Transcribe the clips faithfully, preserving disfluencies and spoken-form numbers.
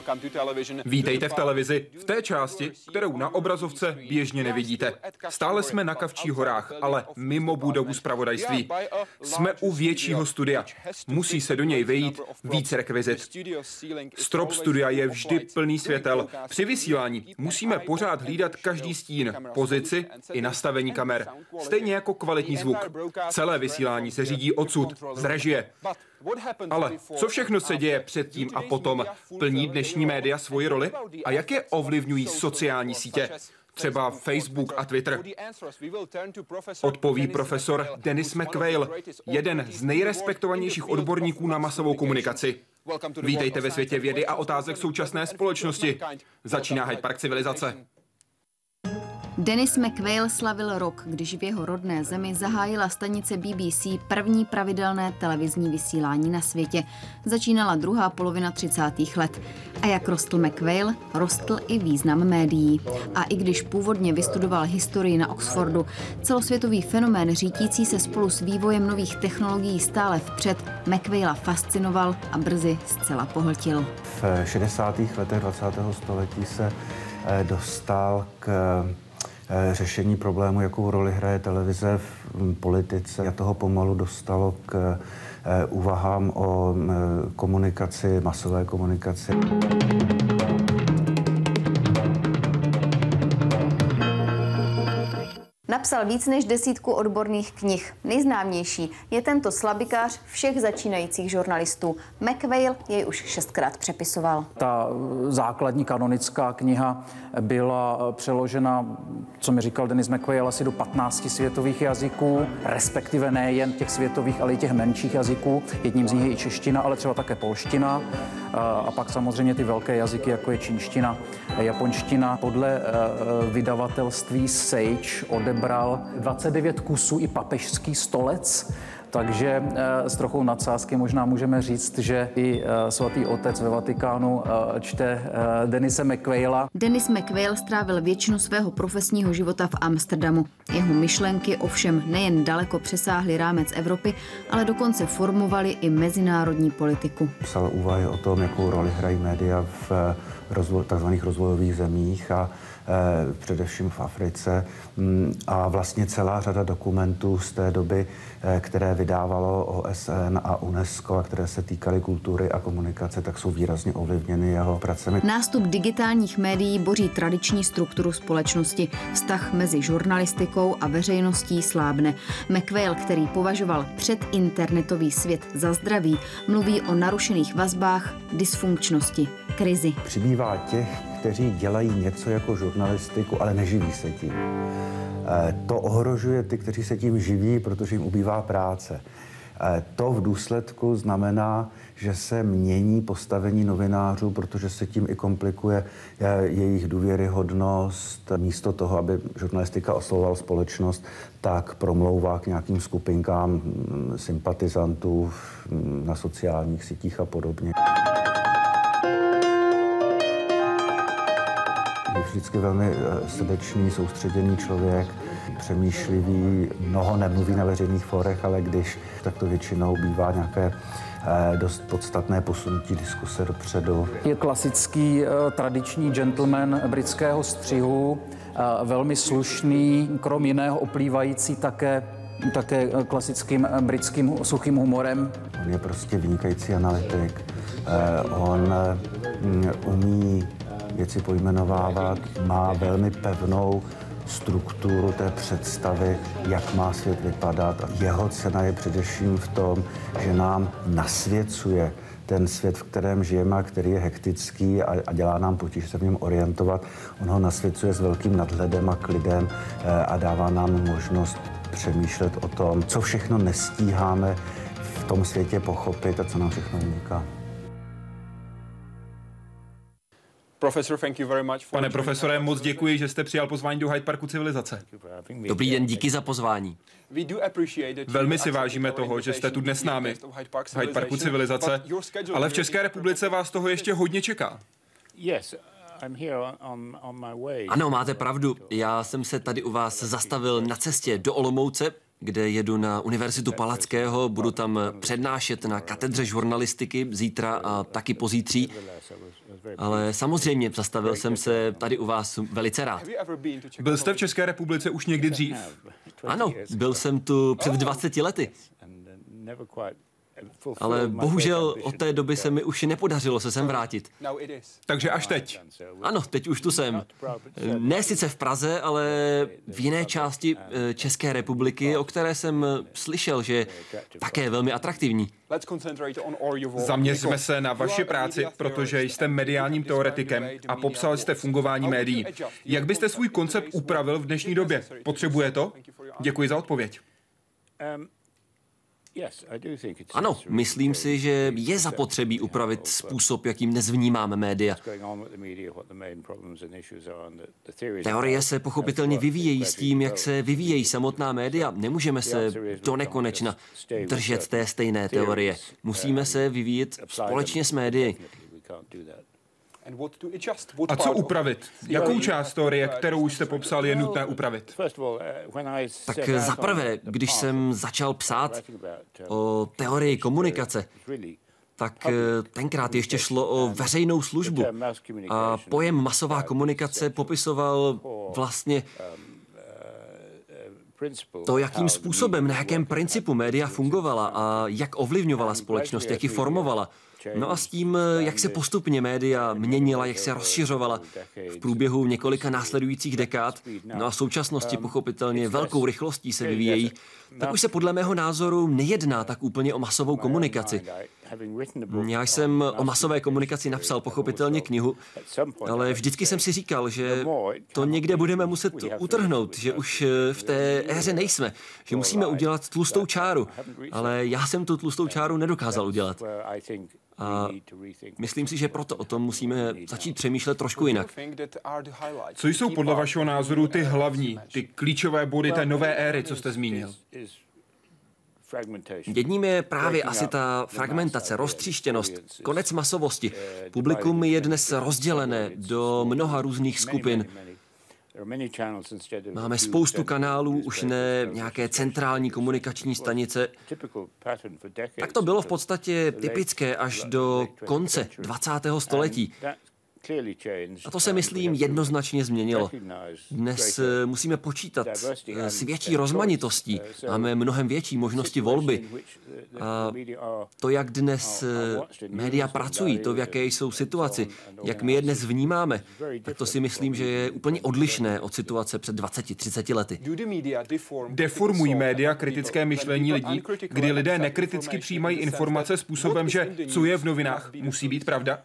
Vítejte v televizi, v té části, kterou na obrazovce běžně nevidíte. Stále jsme na Kavčích horách, ale mimo budovu zpravodajství. Jsme u většího studia. Musí se do něj vejít víc rekvizit. Strop studia je vždy plný světel. Při vysílání musíme pořád hlídat každý stín, pozici i nastavení kamer. Stejně jako kvalitní zvuk. Celé vysílání se řídí odsud, z režie. Ale co všechno se děje předtím a potom? Plní dnešní média svoji roli? A jak je ovlivňují sociální sítě? Třeba Facebook a Twitter. Odpoví profesor Dennis McQuail, jeden z nejrespektovanějších odborníků na masovou komunikaci. Vítejte ve světě vědy a otázek současné společnosti. Začíná Hyde Park civilizace. Dennis McQuail slavil rok, když v jeho rodné zemi zahájila stanice B B C první pravidelné televizní vysílání na světě. Začínala druhá polovina třicátých let. A jak rostl McQuail, rostl i význam médií. A i když původně vystudoval historii na Oxfordu, celosvětový fenomén řídící se spolu s vývojem nových technologií stále vpřed McQuaila fascinoval a brzy zcela pohltil. V šedesátých letech dvacátého století se dostal k řešení problému, jakou roli hraje televize v politice. A toho pomalu dostalo k úvahám o komunikaci, masové komunikaci. Napsal víc než desítku odborných knih. Nejznámější je tento slabikář všech začínajících žurnalistů. McQuail jej už šestkrát přepisoval. Ta základní kanonická kniha byla přeložena, co mi říkal Dennis McQuail, asi do patnácti světových jazyků, respektive nejen těch světových, ale i těch menších jazyků. Jedním z nich je i čeština, ale třeba také polština. A pak samozřejmě ty velké jazyky, jako je čínština, japonština. Podle vydavatelství Sage odebral dvacet devět kusů i papežský stolec, takže s trochou nadsázky možná můžeme říct, že i svatý otec ve Vatikánu čte Dennise McQuaila. Dennis McQuail strávil většinu svého profesního života v Amsterdamu. Jeho myšlenky ovšem nejen daleko přesáhly rámec Evropy, ale dokonce formovaly i mezinárodní politiku. Psal úvahy o tom, jakou roli hrají média v rozvoj, takzvaných rozvojových zemích a e, především v Africe. A vlastně celá řada dokumentů z té doby, e, které vydávalo O S N a UNESCO a které se týkaly kultury a komunikace, tak jsou výrazně ovlivněny jeho pracemi. Nástup digitálních médií boří tradiční strukturu společnosti. Vztah mezi žurnalistikou a veřejností slábne. McQuail, který považoval předinternetový svět za zdravý, mluví o narušených vazbách, dysfunkčnosti, krizi. Přibývá těch, kteří dělají něco jako žurnalistiku, ale neživí se tím. To ohrožuje ty, kteří se tím živí, protože jim ubývá práce. To v důsledku znamená, že se mění postavení novinářů, protože se tím i komplikuje jejich důvěryhodnost. Místo toho, aby žurnalistika oslovovala společnost, tak promlouvá k nějakým skupinkám sympatizantů na sociálních sítích a podobně. Je vždycky velmi srdečný, soustředěný člověk, přemýšlivý, mnoho nemluví na veřejných fórech, ale když, tak to většinou bývá nějaké dost podstatné posunutí diskuse dopředu. Je klasický tradiční gentleman britského střihu, velmi slušný, krom jiného oplývající také také klasickým britským suchým humorem. On je prostě vynikající analytik. On umí věci pojmenovávat, má velmi pevnou strukturu té představy, jak má svět vypadat. Jeho cena je především v tom, že nám nasvěcuje ten svět, v kterém žijeme, který je hektický a, a dělá nám potíž se v něm orientovat. On ho nasvěcuje s velkým nadhledem a klidem a dává nám možnost přemýšlet o tom, co všechno nestíháme v tom světě pochopit a co nám všechno uniká. Pane profesore, moc děkuji, že jste přijal pozvání do Hyde Parku civilizace. Dobrý den, díky za pozvání. Velmi si vážíme toho, že jste tu dnes s námi v Hyde Parku civilizace, ale v České republice vás toho ještě hodně čeká. Ano, máte pravdu. Já jsem se tady u vás zastavil na cestě do Olomouce, kde jedu na Univerzitu Palackého, budu tam přednášet na katedře žurnalistiky zítra a taky pozítří. Ale samozřejmě zastavil jsem se tady u vás velice rád. Byl jste v České republice už někdy dřív? Ano, byl jsem tu před dvaceti lety. Ale bohužel od té doby se mi už nepodařilo se sem vrátit. Takže až teď. Ano, teď už tu jsem. Ne sice v Praze, ale v jiné části České republiky, o které jsem slyšel, že je také velmi atraktivní. Zaměřme se na vaši práci, protože jste mediálním teoretikem a popsal jste fungování médií. Jak byste svůj koncept upravil v dnešní době? Potřebuje to? Děkuji za odpověď. Ano, myslím si, že je zapotřebí upravit způsob, jakým dnes vnímáme média. Teorie se pochopitelně vyvíjejí s tím, jak se vyvíjejí samotná média. Nemůžeme se do nekonečna držet té stejné teorie. Musíme se vyvíjet společně s médii. A co upravit? Jakou část teorie, kterou už jste popsal, je nutné upravit? Tak zaprvé, když jsem začal psát o teorii komunikace, tak tenkrát ještě šlo o veřejnou službu a pojem masová komunikace popisoval vlastně to, jakým způsobem, na jakém principu média fungovala a jak ovlivňovala společnost, jak ji formovala. No a s tím, jak se postupně média měnila, jak se rozšiřovala v průběhu několika následujících dekád, no a v současnosti pochopitelně velkou rychlostí se vyvíjejí, tak už se podle mého názoru nejedná tak úplně o masovou komunikaci. Já jsem o masové komunikaci napsal pochopitelně knihu, ale vždycky jsem si říkal, že to někde budeme muset utrhnout, že už v té éře nejsme, že musíme udělat tlustou čáru, ale já jsem tu tlustou čáru nedokázal udělat. A myslím si, že proto o tom musíme začít přemýšlet trošku jinak. Co jsou podle vašeho názoru ty hlavní, ty klíčové body té nové éry, co jste zmínil? Jedním je právě asi ta fragmentace, roztříštěnost, konec masovosti. Publikum je dnes rozdělené do mnoha různých skupin. Máme spoustu kanálů, už ne nějaké centrální komunikační stanice. Tak to bylo v podstatě typické až do konce dvacátého století. A to se, myslím, jednoznačně změnilo. Dnes musíme počítat s větší rozmanitostí. Máme mnohem větší možnosti volby. A to, jak dnes média pracují, to, v jaké jsou situaci, jak my je dnes vnímáme, tak to si myslím, že je úplně odlišné od situace před dvaceti třiceti lety. Deformují média kritické myšlení lidí, kdy lidé nekriticky přijímají informace způsobem, že co je v novinách, musí být pravda?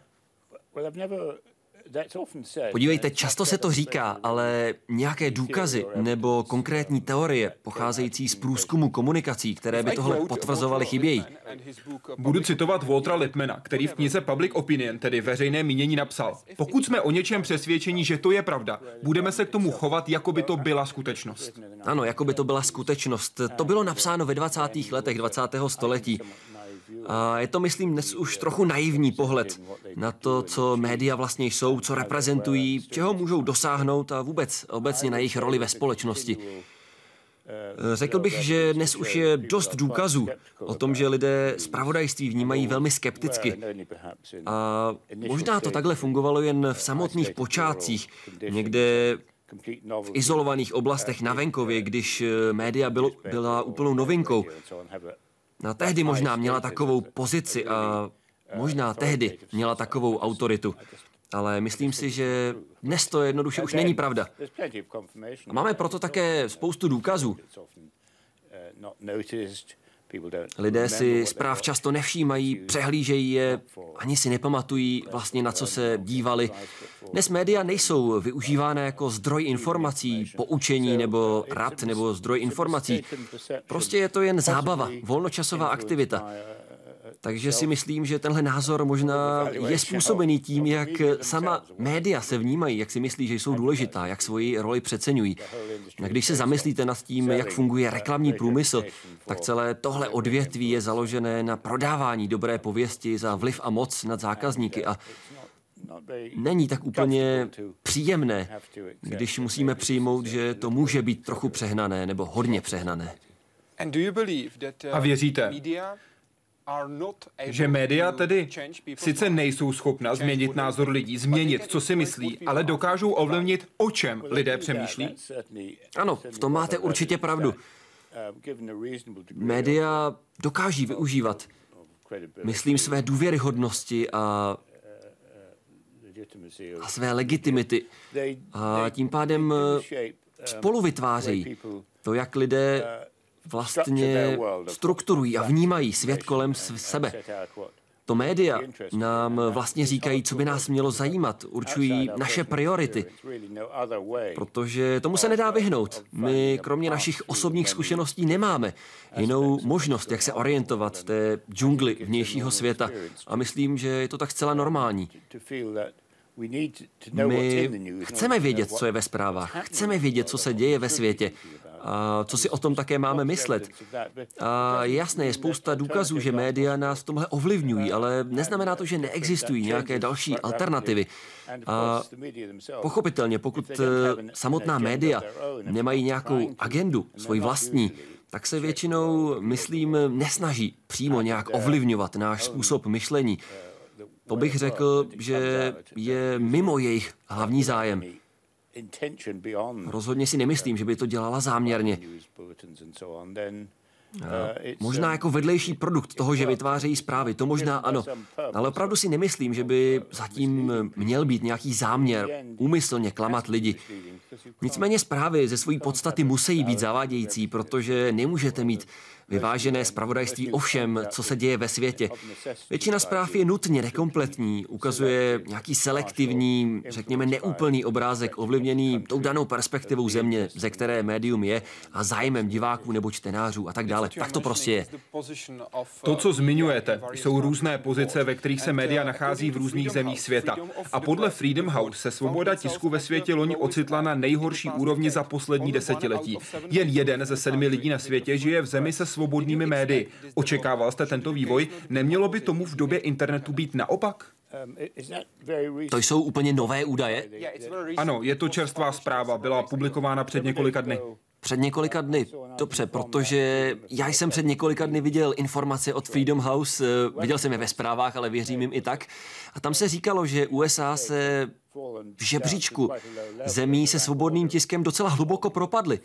Podívejte, často se to říká, ale nějaké důkazy nebo konkrétní teorie pocházející z průzkumu komunikací, které by tohle potvrzovaly, chybějí. Budu citovat Waltera Lippmana, který v knize Public Opinion, tedy veřejné mínění, napsal: pokud jsme o něčem přesvědčeni, že to je pravda, budeme se k tomu chovat, jako by to byla skutečnost. Ano, jako by to byla skutečnost. To bylo napsáno ve dvacátých letech dvacátého století. A je to, myslím, dnes už trochu naivní pohled na to, co média vlastně jsou, co reprezentují, čeho můžou dosáhnout a vůbec obecně na jejich roli ve společnosti. Řekl bych, že dnes už je dost důkazů o tom, že lidé zpravodajství vnímají velmi skepticky. A možná to takhle fungovalo jen v samotných počátcích, někde v izolovaných oblastech na venkově, když média bylo, byla úplnou novinkou. A tehdy možná měla takovou pozici a možná tehdy měla takovou autoritu. Ale myslím si, že dnes to jednoduše už není pravda. A máme proto také spoustu důkazů. Lidé si zpráv často nevšímají, přehlížejí je, ani si nepamatují vlastně, na co se dívali. Dnes média nejsou využívána jako zdroj informací, poučení nebo rad nebo zdroj informací. Prostě je to jen zábava, volnočasová aktivita. Takže si myslím, že tenhle názor možná je způsobený tím, jak sama média se vnímají, jak si myslí, že jsou důležitá, jak svoji roli přeceňují. A když se zamyslíte nad tím, jak funguje reklamní průmysl, tak celé tohle odvětví je založené na prodávání dobré pověsti za vliv a moc nad zákazníky a není tak úplně příjemné, když musíme přijmout, že to může být trochu přehnané nebo hodně přehnané. A věříte, že média tedy sice nejsou schopna změnit názor lidí, změnit, co si myslí, ale dokážou ovlivnit, o čem lidé přemýšlí? Ano, v tom máte určitě pravdu. Média dokáží využívat, myslím, své důvěryhodnosti a, a své legitimity. A tím pádem spolu vytvářejí to, jak lidé vlastně strukturují a vnímají svět kolem sebe. To média nám vlastně říkají, co by nás mělo zajímat, určují naše priority, protože tomu se nedá vyhnout. My kromě našich osobních zkušeností nemáme jinou možnost, jak se orientovat v té džungli vnějšího světa a myslím, že je to tak zcela normální. My chceme vědět, co je ve zprávách, chceme vědět, co se děje ve světě a co si o tom také máme myslet. A jasné, je spousta důkazů, že média nás v tomhle ovlivňují, ale neznamená to, že neexistují nějaké další alternativy. A pochopitelně, pokud samotná média nemají nějakou agendu, svoji vlastní, tak se většinou, myslím, nesnaží přímo nějak ovlivňovat náš způsob myšlení. To bych řekl, že je mimo jejich hlavní zájem. Rozhodně si nemyslím, že by to dělala záměrně. Možná jako vedlejší produkt toho, že vytvářejí zprávy, to možná ano. Ale opravdu si nemyslím, že by zatím měl být nějaký záměr úmyslně klamat lidi. Nicméně zprávy ze své podstaty musí být zavádějící, protože nemůžete mít vyvážené zpravodajství o všem, co se děje ve světě. Většina zpráv je nutně nekompletní, ukazuje nějaký selektivní, řekněme neúplný obrázek ovlivněný tou danou perspektivou země, ze které médium je a zájmem diváků nebo čtenářů a tak dále. Tak to prostě je. To, co zmiňujete, jsou různé pozice, ve kterých se média nachází v různých zemích světa. A podle Freedom House se svoboda tisku ve světě loni ocitla na nejhorší úrovni za poslední desetiletí. Jen jeden ze sedmi lidí na světě žije v zemi se svobodnými médii. Očekával jste tento vývoj? Nemělo by tomu v době internetu být naopak? To jsou úplně nové údaje? Ano, je to čerstvá zpráva, byla publikována před několika dny. Před několika dny, dobře, protože já jsem před několika dny viděl informace od Freedom House, viděl jsem je ve zprávách, ale věřím jim i tak. A tam se říkalo, že U S A se v žebříčku zemí se svobodným tiskem docela hluboko propadly.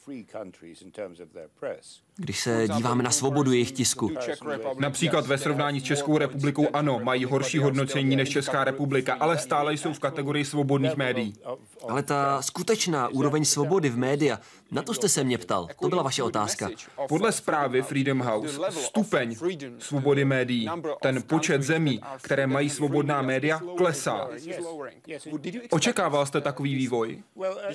Když se díváme na svobodu jejich tisku. Například ve srovnání s Českou republikou ano, mají horší hodnocení než Česká republika, ale stále jsou v kategorii svobodných médií. Ale ta skutečná úroveň svobody v média, na to jste se mě ptal, to byla vaše otázka. Podle zprávy Freedom House, stupeň svobody médií, ten počet zemí, které mají svobodná média, klesá. Očekával jste takový vývoj?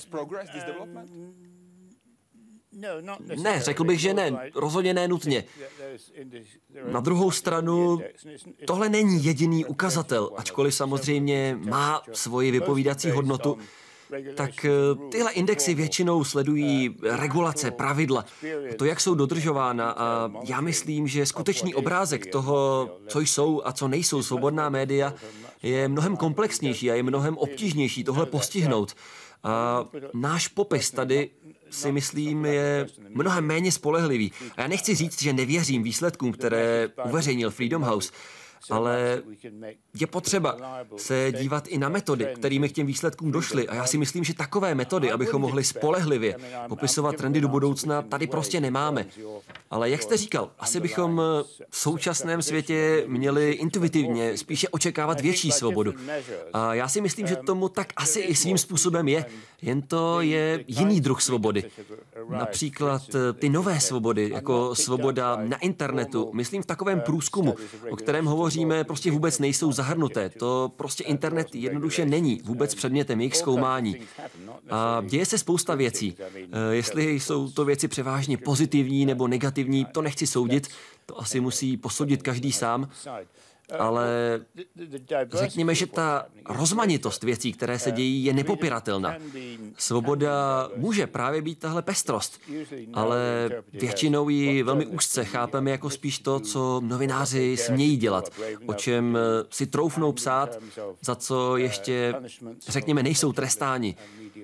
Ne, řekl bych, že ne. Rozhodně ne nutně. Na druhou stranu, tohle není jediný ukazatel, ačkoliv samozřejmě má svoji vypovídací hodnotu, tak tyhle indexy většinou sledují regulace, pravidla, to, jak jsou dodržována a já myslím, že skutečný obrázek toho, co jsou a co nejsou svobodná média, je mnohem komplexnější a je mnohem obtížnější tohle postihnout. A náš popis tady si myslím, je mnohem méně spolehlivý. A já nechci říct, že nevěřím výsledkům, které uveřejnil Freedom House, ale je potřeba se dívat i na metody, kterými k těm výsledkům došly. A já si myslím, že takové metody, abychom mohli spolehlivě popisovat trendy do budoucna, tady prostě nemáme. Ale jak jste říkal, asi bychom v současném světě měli intuitivně spíše očekávat větší svobodu. A já si myslím, že tomu tak asi i svým způsobem je. Jen to je jiný druh svobody. Například ty nové svobody, jako svoboda na internetu, myslím v takovém průzkumu, o kterém hovoříme, prostě vůbec nejsou zahrnuté. To prostě internet jednoduše není vůbec předmětem jejich zkoumání. A děje se spousta věcí. Jestli jsou to věci převážně pozitivní nebo negativní, to nechci soudit, to asi musí posoudit každý sám. Ale řekněme, že ta rozmanitost věcí, které se dějí, je nepopiratelná. Svoboda může právě být tahle pestrost, ale většinou ji velmi úzce chápeme jako spíš to, co novináři smějí dělat, o čem si troufnou psát, za co ještě, řekněme, nejsou trestáni.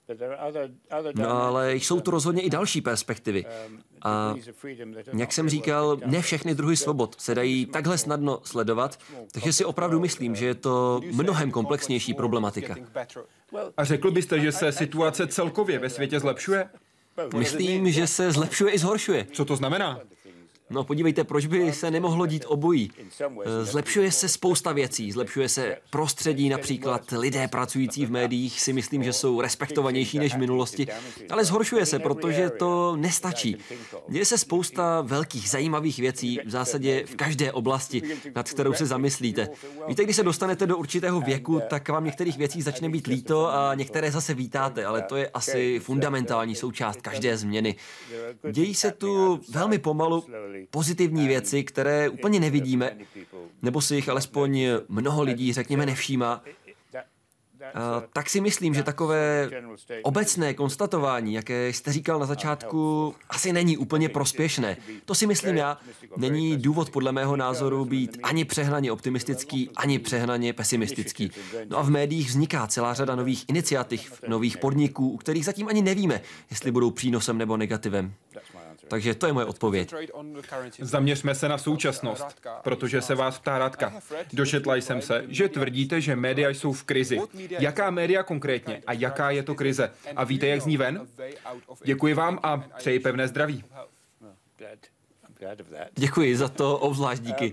No ale jsou tu rozhodně i další perspektivy. A jak jsem říkal, ne všechny druhy svobod se dají takhle snadno sledovat, takže si opravdu myslím, že je to mnohem komplexnější problematika. A řekl byste, že se situace celkově ve světě zlepšuje? Myslím, že se zlepšuje i zhoršuje. Co to znamená? No podívejte, proč by se nemohlo dít obojí? Zlepšuje se spousta věcí, zlepšuje se prostředí, například lidé pracující v médiích si myslím, že jsou respektovanější než v minulosti, ale zhoršuje se, protože to nestačí. Děje se spousta velkých, zajímavých věcí, v zásadě v každé oblasti, nad kterou se zamyslíte. Víte, když se dostanete do určitého věku, tak vám některých věcí začne být líto a některé zase vítáte, ale to je asi fundamentální součást každé změny. Dějí se tu velmi pomalu pozitivní věci, které úplně nevidíme, nebo si jich alespoň mnoho lidí, řekněme, nevšímá. A tak si myslím, že takové obecné konstatování, jaké jste říkal na začátku, asi není úplně prospěšné. To si myslím já. Není důvod podle mého názoru být ani přehnaně optimistický, ani přehnaně pesimistický. No a v médiích vzniká celá řada nových iniciativ, nových podniků, u kterých zatím ani nevíme, jestli budou přínosem nebo negativem. Takže to je moje odpověď. Zaměřme se na současnost, protože se vás ptá Radka. Dočetla jsem se, že tvrdíte, že média jsou v krizi. Jaká média konkrétně a jaká je to krize? A víte, jak zní ven? Děkuji vám a přeji pevné zdraví. Děkuji za to, obzvlášť díky.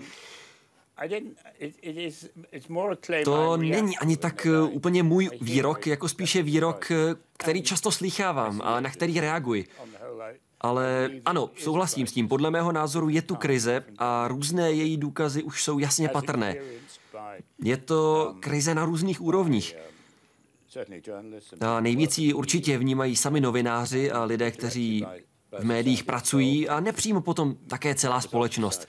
To není ani tak úplně můj výrok, jako spíše výrok, který často slýchávám a na který reaguji. Ale ano, souhlasím s tím. Podle mého názoru je tu krize a různé její důkazy už jsou jasně patrné. Je to krize na různých úrovních. A nejvíc ji určitě vnímají sami novináři a lidé, kteří v médiích pracují a nepřímo potom také celá společnost.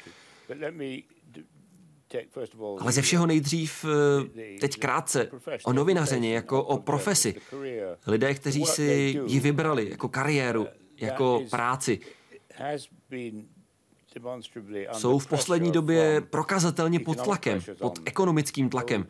Ale ze všeho nejdřív teď krátce o novinařině jako o profesi. Lidé, kteří si ji vybrali jako kariéru, jako práci, jsou v poslední době prokazatelně pod tlakem, pod ekonomickým tlakem.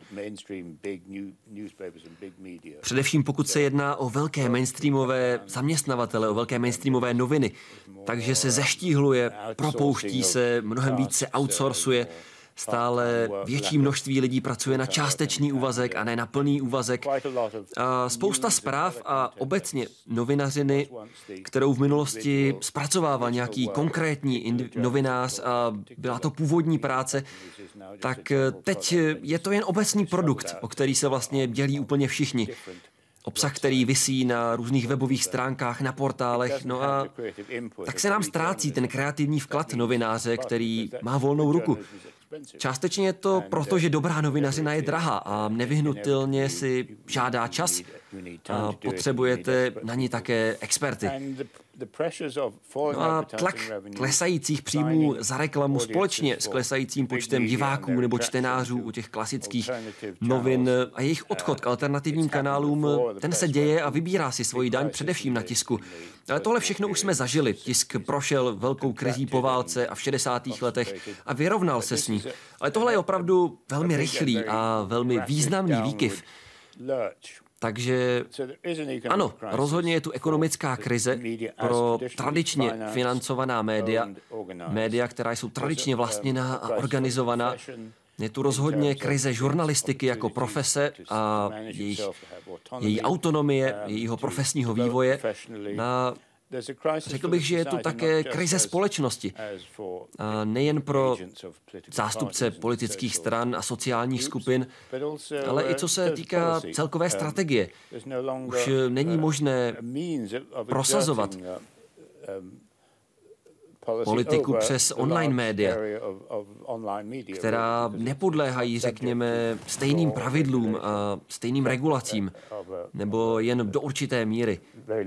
Především pokud se jedná o velké mainstreamové zaměstnavatele, o velké mainstreamové noviny. Takže se zeštíhluje, propouští se, mnohem víc se outsourcuje. Stále větší množství lidí pracuje na částečný úvazek a ne na plný úvazek. A spousta zpráv a obecně novinařiny, kterou v minulosti zpracovával nějaký konkrétní novinář a byla to původní práce, tak teď je to jen obecný produkt, o který se vlastně dělí úplně všichni. Obsah, který visí na různých webových stránkách, na portálech, no a tak se nám ztrácí ten kreativní vklad novináře, který má volnou ruku. Částečně je to proto, že dobrá novinařina je drahá a nevyhnutelně si žádá čas a potřebujete na ní také experty. No a tlak klesajících příjmů za reklamu společně s klesajícím počtem diváků nebo čtenářů u těch klasických novin a jejich odchod k alternativním kanálům, ten se děje a vybírá si svoji daň především na tisku. Ale tohle všechno už jsme zažili. Tisk prošel velkou krizí po válce a v šedesátých letech a vyrovnal se s ní. Ale tohle je opravdu velmi rychlý a velmi významný výkyv. Takže ano, rozhodně je tu ekonomická krize pro tradičně financovaná média, média, která jsou tradičně vlastněná a organizovaná. Je tu rozhodně krize žurnalistiky jako profese a jejich, její autonomie, jejího profesního vývoje. Na Řekl bych, že je tu také krize společnosti. A nejen pro zástupce politických stran a sociálních skupin, ale i co se týká celkové strategie. Už není možné prosazovat politiku přes online média, která nepodléhají, řekněme, stejným pravidlům a stejným regulacím, nebo jen do určité míry.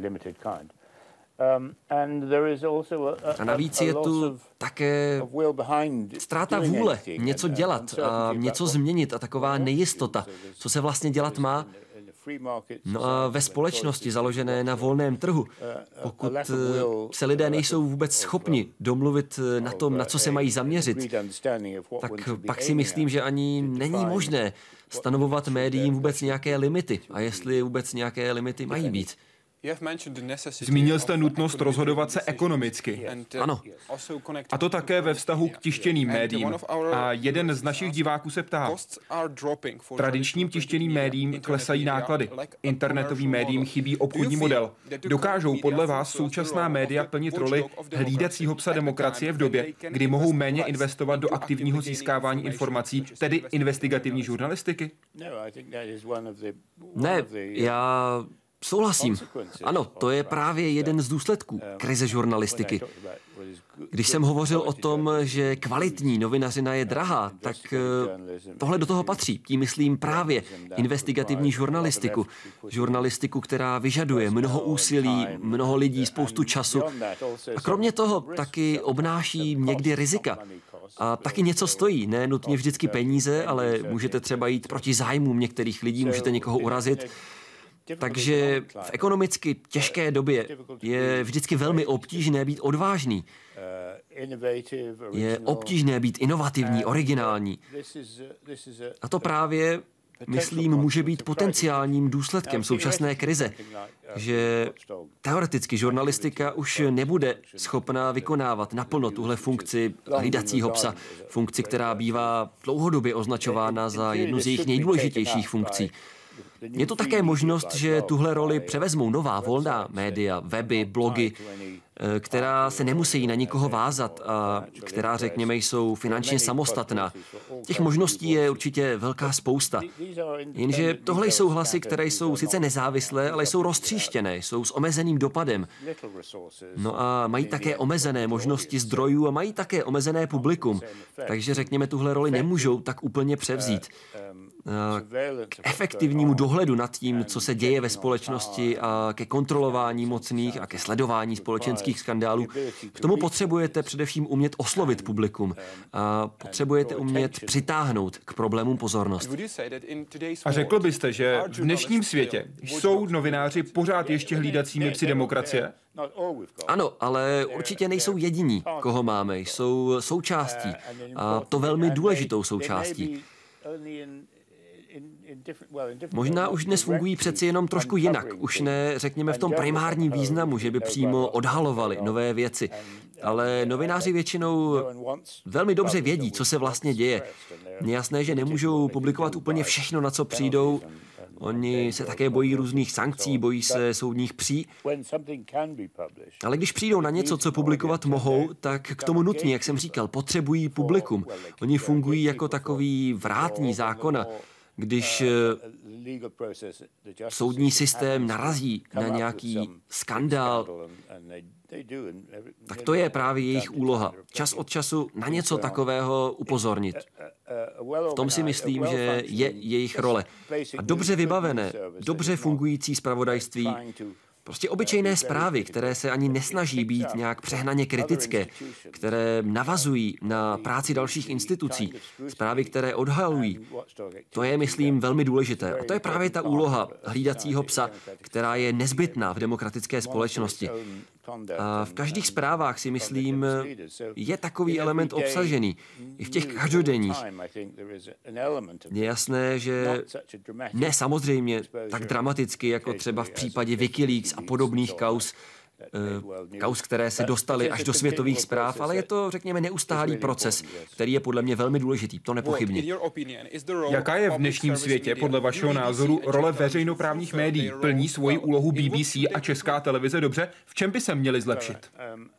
A navíc je tu také ztráta vůle něco dělat a něco změnit a taková nejistota, co se vlastně dělat má. No a ve společnosti založené na volném trhu, pokud se lidé nejsou vůbec schopni domluvit na tom, na co se mají zaměřit, tak pak si myslím, že ani není možné stanovovat médiím vůbec nějaké limity a jestli vůbec nějaké limity mají být. Zmínil jste nutnost rozhodovat se ekonomicky. Ano. A to také ve vztahu k tištěným médiím. A jeden z našich diváků se ptá, tradičním tištěným médiím klesají náklady. Internetovým médiím chybí obchodní model. Dokážou podle vás současná média plnit roli hlídacího psa demokracie v době, kdy mohou méně investovat do aktivního získávání informací, tedy investigativní žurnalistiky? Ne, já souhlasím. Ano, to je právě jeden z důsledků krize žurnalistiky. Když jsem hovořil o tom, že kvalitní novinařina je drahá, tak tohle do toho patří. Tím myslím právě investigativní žurnalistiku. Žurnalistiku, která vyžaduje mnoho úsilí, mnoho lidí, spoustu času. A kromě toho taky obnáší někdy rizika. A taky něco stojí, ne nutně vždycky peníze, ale můžete třeba jít proti zájmům některých lidí, můžete někoho urazit. Takže v ekonomicky těžké době je vždycky velmi obtížné být odvážný. Je obtížné být inovativní, originální. A to právě, myslím, může být potenciálním důsledkem současné krize, že teoreticky žurnalistika už nebude schopná vykonávat naplno tuhle funkci hlídacího psa, funkci, která bývá dlouhodobě označována za jednu z jejich nejdůležitějších funkcí. Je to také možnost, že tuhle roli převezmou nová volná média, weby, blogy, která se nemusí na nikoho vázat a která, řekněme, jsou finančně samostatná. Těch možností je určitě velká spousta. Jenže tohle jsou hlasy, které jsou sice nezávislé, ale jsou roztříštěné, jsou s omezeným dopadem. No a mají také omezené možnosti zdrojů a mají také omezené publikum. Takže, řekněme, tuhle roli nemůžou tak úplně převzít. K efektivnímu dohledu nad tím, co se děje ve společnosti a ke kontrolování mocných a ke sledování společenských skandálů, k tomu potřebujete především umět oslovit publikum a potřebujete umět přitáhnout k problémům pozornost. A řekl byste, že v dnešním světě jsou novináři pořád ještě hlídacími psi demokracie? Ano, ale určitě nejsou jediní, koho máme. Jsou součástí a to velmi důležitou součástí. Možná už dnes fungují přeci jenom trošku jinak. Už ne, řekněme, v tom primárním významu, že by přímo odhalovali nové věci. Ale novináři většinou velmi dobře vědí, co se vlastně děje. Je jasné, že nemůžou publikovat úplně všechno, na co přijdou. Oni se také bojí různých sankcí, bojí se soudních pří. Ale když přijdou na něco, co publikovat mohou, tak k tomu nutně, jak jsem říkal, potřebují publikum. Oni fungují jako takový vrátní zákona. Když soudní systém narazí na nějaký skandál, tak to je právě jejich úloha. Čas od času na něco takového upozornit. V tom si myslím, že je jejich role. A dobře vybavené, dobře fungující zpravodajství, prostě obyčejné zprávy, které se ani nesnaží být nějak přehnaně kritické, které navazují na práci dalších institucí, zprávy, které odhalují, to je, myslím, velmi důležité. A to je právě ta úloha hlídacího psa, která je nezbytná v demokratické společnosti. A v každých zprávách si myslím, je takový element obsažený. I v těch každodenních. Je jasné, že ne samozřejmě tak dramaticky, jako třeba v případě Wikileaks a podobných kauz, kauz, které se dostaly až do světových zpráv, ale je to, řekněme, neustálý proces, který je podle mě velmi důležitý, to nepochybně. Jaká je v dnešním světě, podle vašeho názoru, role veřejnoprávních médií? Plní svoji úlohu B B C a Česká televize dobře? V čem by se měly zlepšit?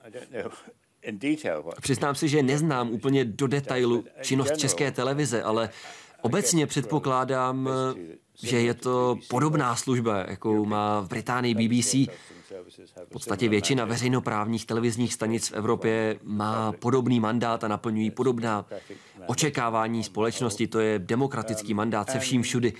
Přiznám si, že neznám úplně do detailu činnost České televize, ale obecně předpokládám, že je to podobná služba, jakou má v Británii B B C. V podstatě většina veřejnoprávních televizních stanic v Evropě má podobný mandát a naplňují podobná očekávání společnosti. To je demokratický mandát se vším všudy.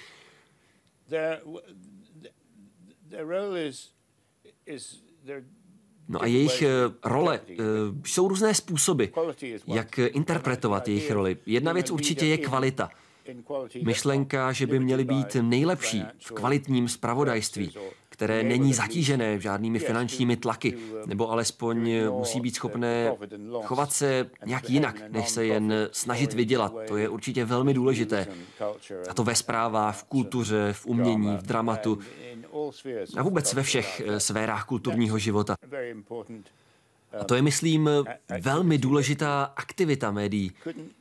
No a jejich role, jsou různé způsoby, jak interpretovat jejich roli. Jedna věc určitě je kvalita. Myšlenka, že by měly být nejlepší v kvalitním zpravodajství, které není zatížené žádnými finančními tlaky, nebo alespoň musí být schopné chovat se nějak jinak, než se jen snažit vydělat. To je určitě velmi důležité. A to ve zprávách, v kultuře, v umění, v dramatu a vůbec ve všech sférách kulturního života. A to je, myslím, velmi důležitá aktivita médií.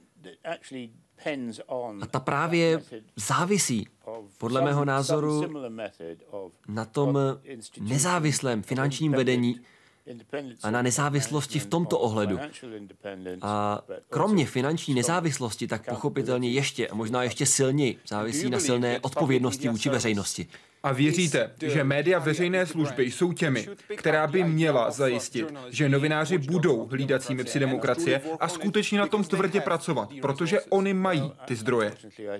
A ta právě závisí, podle mého názoru, na tom nezávislém finančním vedení a na nezávislosti v tomto ohledu. A kromě finanční nezávislosti, tak pochopitelně ještě a možná ještě silněji závisí na silné odpovědnosti vůči veřejnosti. A věříte, že média veřejné služby jsou těmi, která by měla zajistit, že novináři budou hlídacími psy demokracie a skutečně na tom tvrdě pracovat, protože oni mají ty zdroje?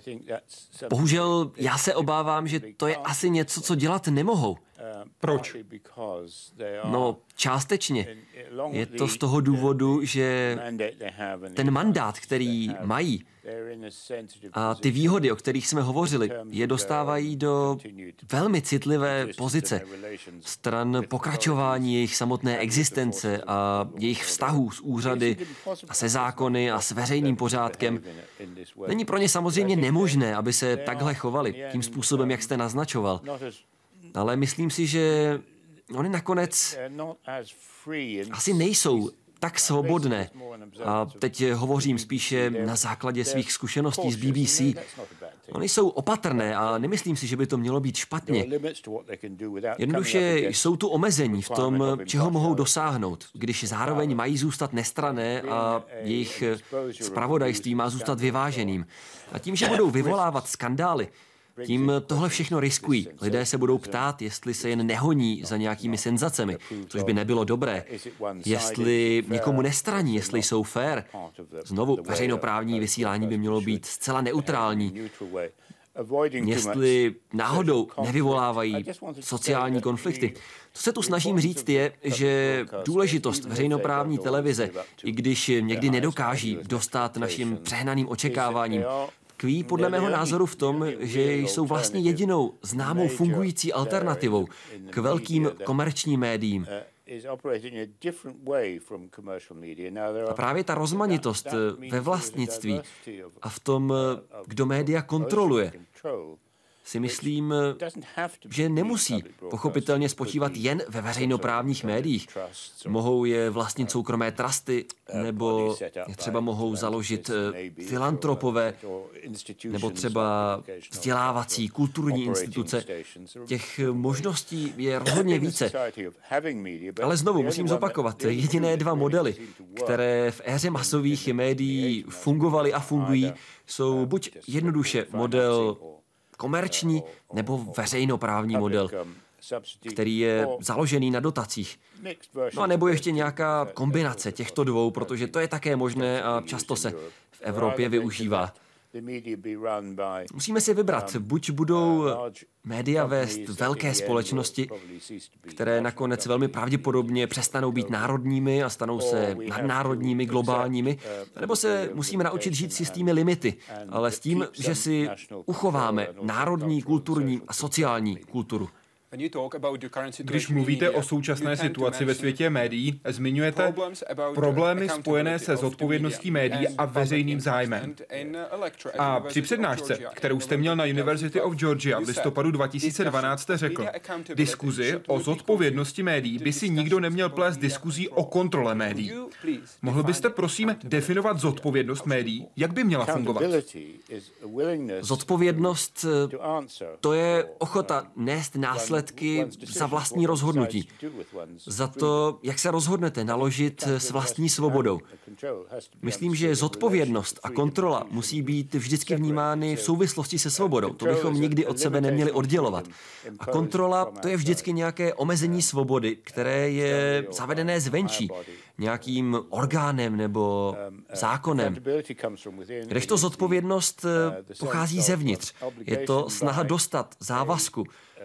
Bohužel já se obávám, že to je asi něco, co dělat nemohou. Proč? No, částečně. Je to z toho důvodu, že ten mandát, který mají, a ty výhody, o kterých jsme hovořili, je dostávají do velmi citlivé pozice stran pokračování jejich samotné existence a jejich vztahů s úřady a se zákony a s veřejným pořádkem. Není pro ně samozřejmě nemožné, aby se takhle chovali, tím způsobem, jak jste naznačoval. Ale myslím si, že oni nakonec asi nejsou tak svobodné. A teď hovořím spíše na základě svých zkušeností z B B C. Oni jsou opatrné a nemyslím si, že by to mělo být špatně. Jednoduše jsou tu omezení v tom, čeho mohou dosáhnout, když zároveň mají zůstat nestranné a jejich zpravodajství má zůstat vyváženým. A tím, že budou vyvolávat skandály, tím tohle všechno riskují. Lidé se budou ptát, jestli se jen nehoní za nějakými senzacemi, což by nebylo dobré. Jestli někomu nestraní, jestli jsou fair. Znovu, veřejnoprávní vysílání by mělo být zcela neutrální. Jestli náhodou nevyvolávají sociální konflikty. Co se tu snažím říct je, že důležitost veřejnoprávní televize, i když někdy nedokáží dostat našim přehnaným očekáváním, tkví podle mého názoru v tom, že jsou vlastně jedinou známou fungující alternativou k velkým komerčním médiím. A právě ta rozmanitost ve vlastnictví a v tom, kdo média kontroluje, si myslím, že nemusí pochopitelně spočívat jen ve veřejnoprávních médiích. Mohou je vlastnit soukromé trusty, nebo třeba mohou založit filantropové, nebo třeba vzdělávací kulturní instituce. Těch možností je rozhodně více. Ale znovu musím zopakovat, jediné dva modely, které v éře masových médií fungovaly a fungují, jsou buď jednoduše model komerční nebo veřejnoprávní model, který je založený na dotacích. No a nebo ještě nějaká kombinace těchto dvou, protože to je také možné a často se v Evropě využívá. Musíme si vybrat, buď budou média vést velké společnosti, které nakonec velmi pravděpodobně přestanou být národními a stanou se nadnárodními, globálními, nebo se musíme naučit žít si s tými limity, ale s tím, že si uchováme národní, kulturní a sociální kulturu. Když mluvíte o současné situaci ve světě médií, zmiňujete problémy spojené se zodpovědností médií a veřejným zájmem. A při přednášce, kterou jste měl na University of Georgia v listopadu dva tisíce dvanáct, jste řekl, diskuzi o zodpovědnosti médií by si nikdo neměl plést diskuzí o kontrole médií. Mohl byste prosím definovat zodpovědnost médií? Jak by měla fungovat? Zodpovědnost, to je ochota nést následky za vlastní rozhodnutí. Za to, jak se rozhodnete naložit s vlastní svobodou. Myslím, že zodpovědnost a kontrola musí být vždycky vnímány v souvislosti se svobodou. To bychom nikdy od sebe neměli oddělovat. A kontrola, to je vždycky nějaké omezení svobody, které je zavedené zvenčí, nějakým orgánem nebo zákonem. Kdežto zodpovědnost pochází zevnitř. Je to snaha dostat závazku.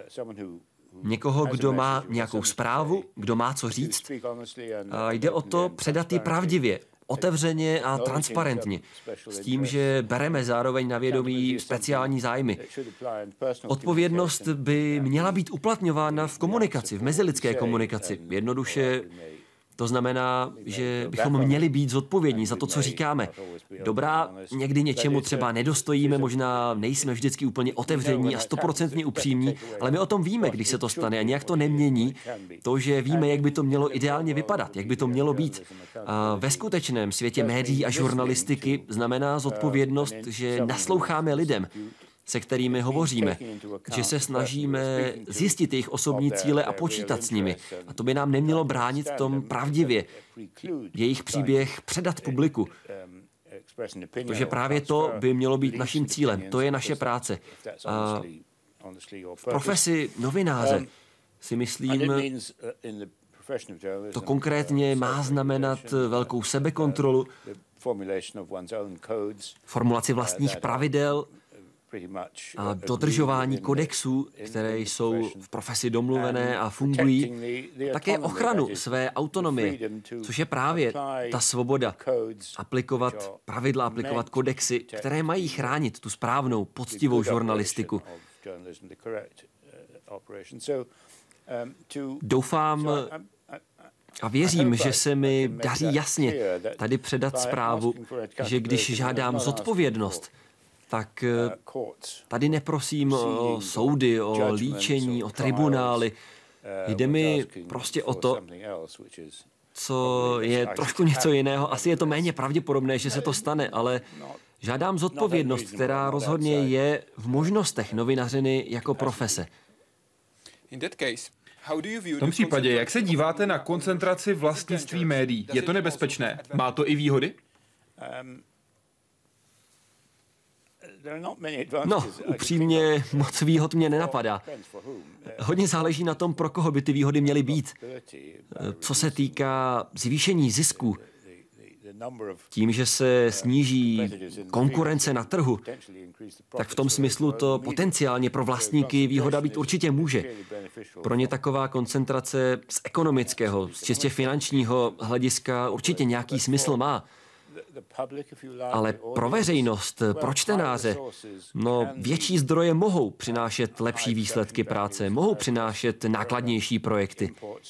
Někoho, kdo má nějakou zprávu, kdo má co říct. A jde o to předat ji pravdivě otevřeně a transparentně, s tím, že bereme zároveň na vědomí speciální zájmy. Odpovědnost by měla být uplatňována v komunikaci, v mezilidské komunikaci. Jednoduše to znamená, že bychom měli být zodpovědní za to, co říkáme. Dobrá, někdy něčemu třeba nedostojíme, možná nejsme vždycky úplně otevření a stoprocentně upřímní, ale my o tom víme, když se to stane a nějak to nemění to, že víme, jak by to mělo ideálně vypadat, jak by to mělo být. A ve skutečném světě médií a žurnalistiky znamená zodpovědnost, že nasloucháme lidem, se kterými hovoříme, že se snažíme zjistit jejich osobní cíle a počítat s nimi. A to by nám nemělo bránit v tom pravdivě jejich příběh předat publiku. Protože právě to by mělo být naším cílem. To je naše práce. A v profesi novináře si myslím, to konkrétně má znamenat velkou sebekontrolu, formulaci vlastních pravidel a dodržování kodexů, které jsou v profesi domluvené a fungují, také ochranu své autonomie, což je právě ta svoboda aplikovat pravidla, aplikovat kodexy, které mají chránit tu správnou, poctivou žurnalistiku. Doufám a věřím, že se mi daří jasně tady předat zprávu, že když žádám zodpovědnost, tak tady neprosím o soudy, o líčení, o tribunály. Jde mi prostě o to, co je trošku něco jiného. Asi je to méně pravděpodobné, že se to stane, ale žádám zodpovědnost, která rozhodně je v možnostech novinařiny jako profese. V tom případě, jak se díváte na koncentraci vlastnictví médií? Je to nebezpečné? Má to i výhody? No, upřímně moc výhod mě nenapadá. Hodně záleží na tom, pro koho by ty výhody měly být. Co se týká zvýšení zisku, tím, že se sníží konkurence na trhu, tak v tom smyslu to potenciálně pro vlastníky výhoda být určitě může. Pro ně taková koncentrace z ekonomického, z čistě finančního hlediska určitě nějaký smysl má. Ale pro veřejnost, pro čtenáře, no větší zdroje mohou přinášet lepší výsledky práce, mohou přinášet nákladnější projekty.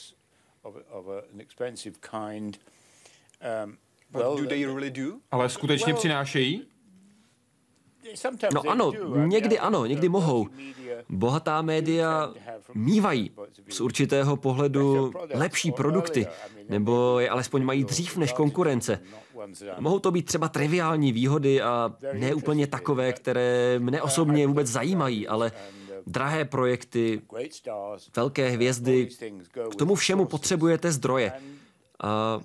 Ale skutečně přinášejí? No ano, někdy ano, někdy mohou. Bohatá média mívají z určitého pohledu lepší produkty, nebo je alespoň mají dřív než konkurence. Mohou to být třeba triviální výhody a ne úplně takové, které mne osobně vůbec zajímají, ale drahé projekty, velké hvězdy, k tomu všemu potřebujete zdroje. A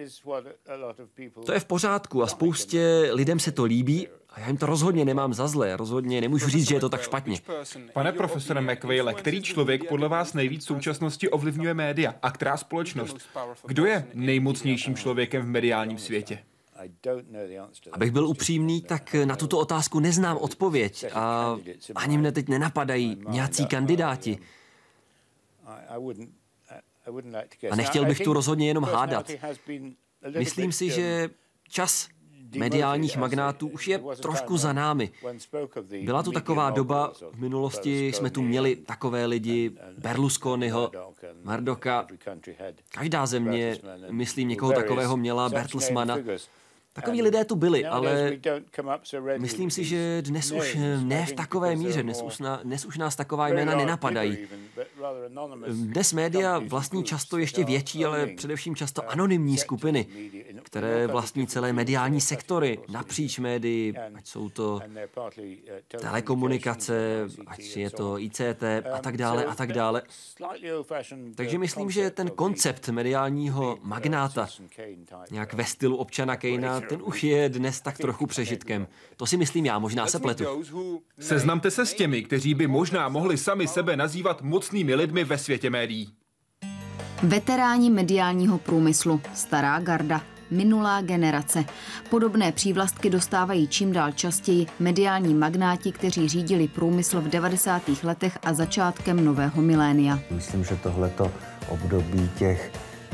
to je v pořádku a spoustě lidem se to líbí a já jim to rozhodně nemám za zlé, rozhodně nemůžu říct, že je to tak špatně. Pane profesore McVeighle, který člověk podle vás nejvíc v současnosti ovlivňuje média a která společnost? Kdo je nejmocnějším člověkem v mediálním světě? Abych byl upřímný, tak na tuto otázku neznám odpověď a ani mne teď nenapadají nějací kandidáti. A nechtěl bych tu rozhodně jenom hádat. Myslím si, že čas mediálních magnátů už je trošku za námi. Byla tu taková doba, v minulosti jsme tu měli takové lidi, Berlusconiho, Murdocha, každá země, myslím, někoho takového měla, Bertelsmana. Takoví lidé tu byli, ale myslím si, že dnes už ne v takové míře, dnes už, na, dnes už nás taková jména nenapadají. Dnes média vlastní často ještě větší, ale především často anonymní skupiny, které vlastní celé mediální sektory napříč médii, ať jsou to telekomunikace, ať je to I C T a tak dále a tak dále. Takže myslím, že ten koncept mediálního magnáta, nějak ve stylu občana Kejna, ten už je dnes tak trochu přežitkem. To si myslím já, možná se pletu. Seznamte se s těmi, kteří by možná mohli sami sebe nazývat mocnými lidmi ve světě médií. Veteráni mediálního průmyslu, stará garda, minulá generace. Podobné přívlastky dostávají čím dál častěji mediální magnáti, kteří řídili průmysl v devadesátých letech a začátkem nového milénia. Myslím, že tohleto období těch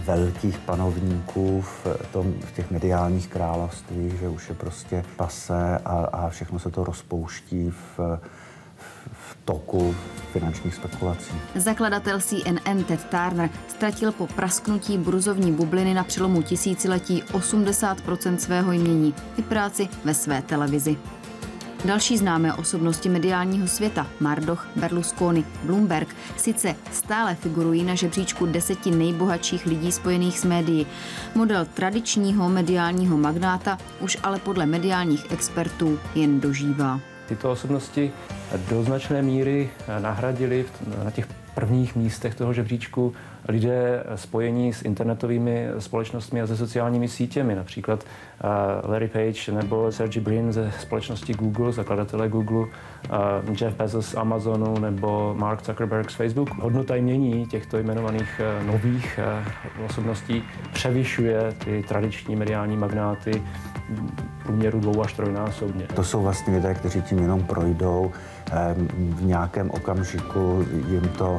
velkých panovníků v, tom, v těch mediálních královstvích, že už je prostě pase a, a všechno se to rozpouští v, v toku finančních spekulací. Zakladatel C N N Ted Turner ztratil po prasknutí burzovní bubliny na přelomu tisíciletí osmdesát procent svého jmění i práci ve své televizi. Další známé osobnosti mediálního světa, Murdoch, Berlusconi, Bloomberg, sice stále figurují na žebříčku deseti nejbohatších lidí spojených s médií. Model tradičního mediálního magnáta už ale podle mediálních expertů jen dožívá. Tyto osobnosti do značné míry nahradili na těch prvních místech toho žebříčku lidé spojení s internetovými společnostmi a se sociálními sítěmi, například Larry Page nebo Sergey Brin ze společnosti Google, zakladatele Google, Jeff Bezos z Amazonu nebo Mark Zuckerberg z Facebooku. Hodnota jmění těchto jmenovaných nových osobností převyšuje ty tradiční mediální magnáty v průměru dvou až trojnásobně. To jsou vlastně lidé, kteří tím jenom projdou. V nějakém okamžiku jim to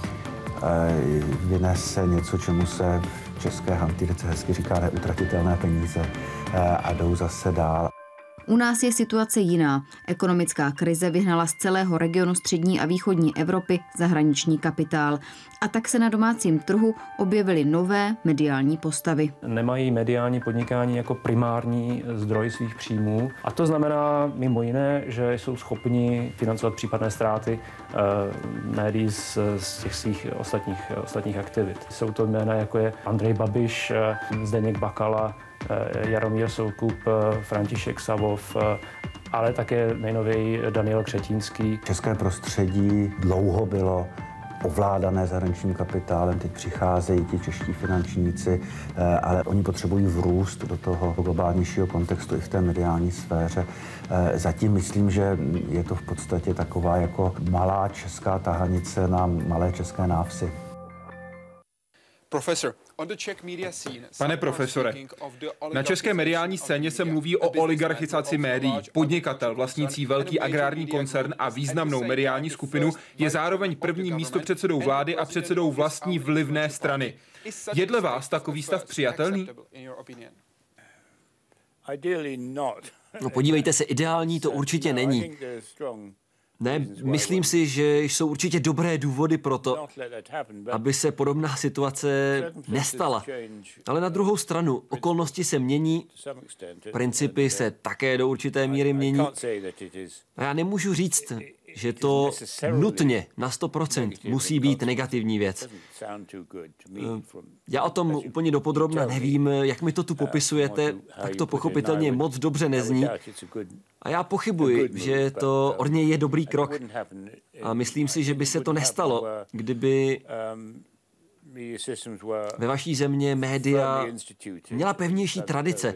vynese něco, čemu se v české hantýrce hezky říká neutratitelné peníze a jdou zase dál. U nás je situace jiná. Ekonomická krize vyhnala z celého regionu střední a východní Evropy zahraniční kapitál. A tak se na domácím trhu objevily nové mediální postavy. Nemají mediální podnikání jako primární zdroj svých příjmů. A to znamená mimo jiné, že jsou schopni financovat případné ztráty eh, médií z, z těch svých ostatních, ostatních aktivit. Jsou to jména, jako je Andrej Babiš, eh, Zdeněk Bakala, Jaromír Soukup, František Savov, ale také nejnověji Daniel Křetínský. České prostředí dlouho bylo ovládané zahraničním kapitálem, teď přicházejí ti čeští finančníci, ale oni potřebují vrůst do toho globálnějšího kontextu i v té mediální sféře. Zatím myslím, že je to v podstatě taková jako malá česká tahanice na malé české návsi. Pane profesore, na české mediální scéně se mluví o oligarchizaci médií. Podnikatel vlastnící velký agrární koncern a významnou mediální skupinu je zároveň prvním místopředsedou vlády a předsedou vlastní vlivné strany. Je dle vás takový stav přijatelný? No podívejte se, ideální to určitě není. Ne, myslím si, že jsou určitě dobré důvody pro to, aby se podobná situace nestala. Ale na druhou stranu, okolnosti se mění, principy se také do určité míry mění. A já nemůžu říct, že to nutně na sto procent musí být negativní věc. Já o tom úplně dopodrobna nevím, jak mi to tu popisujete, tak to pochopitelně moc dobře nezní. A já pochybuji, že to od něj je dobrý krok. A myslím si, že by se to nestalo, kdyby ve vaší země média měla pevnější tradice.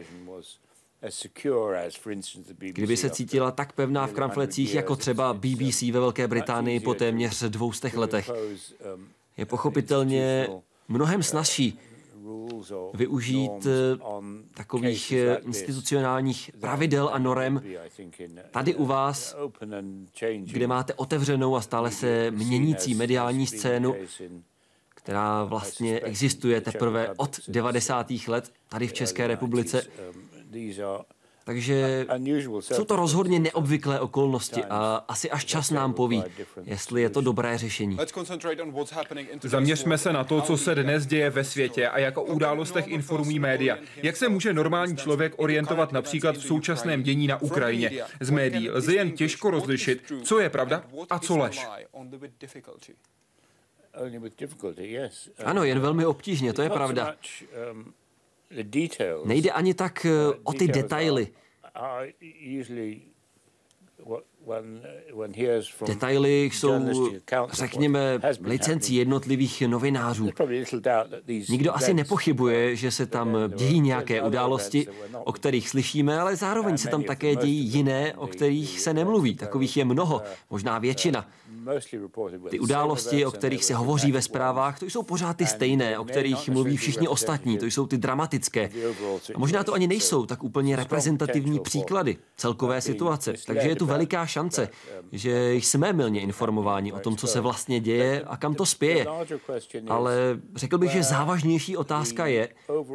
Kdyby se cítila tak pevná v kramflecích, jako třeba B B C ve Velké Británii po téměř dvoustech letech. Je pochopitelně mnohem snazší využít takových institucionálních pravidel a norem tady u vás, kde máte otevřenou a stále se měnící mediální scénu, která vlastně existuje teprve od devadesátých let tady v České republice. Takže jsou to rozhodně neobvyklé okolnosti a asi až čas nám poví, jestli je to dobré řešení. Zaměřme se na to, co se dnes děje ve světě a jak o událostech informují média. Jak se může normální člověk orientovat například v současném dění na Ukrajině? Z médií lze jen těžko rozlišit, co je pravda a co lež. Ano, jen velmi obtížně, to je pravda. Nejde ani tak o ty detaily. Detaily jsou, řekněme, licencí jednotlivých novinářů. Nikdo asi nepochybuje, že se tam dějí nějaké události, o kterých slyšíme, ale zároveň se tam také dějí jiné, o kterých se nemluví. Takových je mnoho, možná většina. Ty události, o kterých se hovoří ve zprávách, to jsou pořád ty stejné, o kterých mluví všichni ostatní, to jsou ty dramatické. A možná to ani nejsou tak úplně reprezentativní příklady celkové situace. Takže je tu veliká šance, že jsme mylně informováni o tom, co se vlastně děje a kam to spěje. Ale řekl bych, že závažnější otázka je,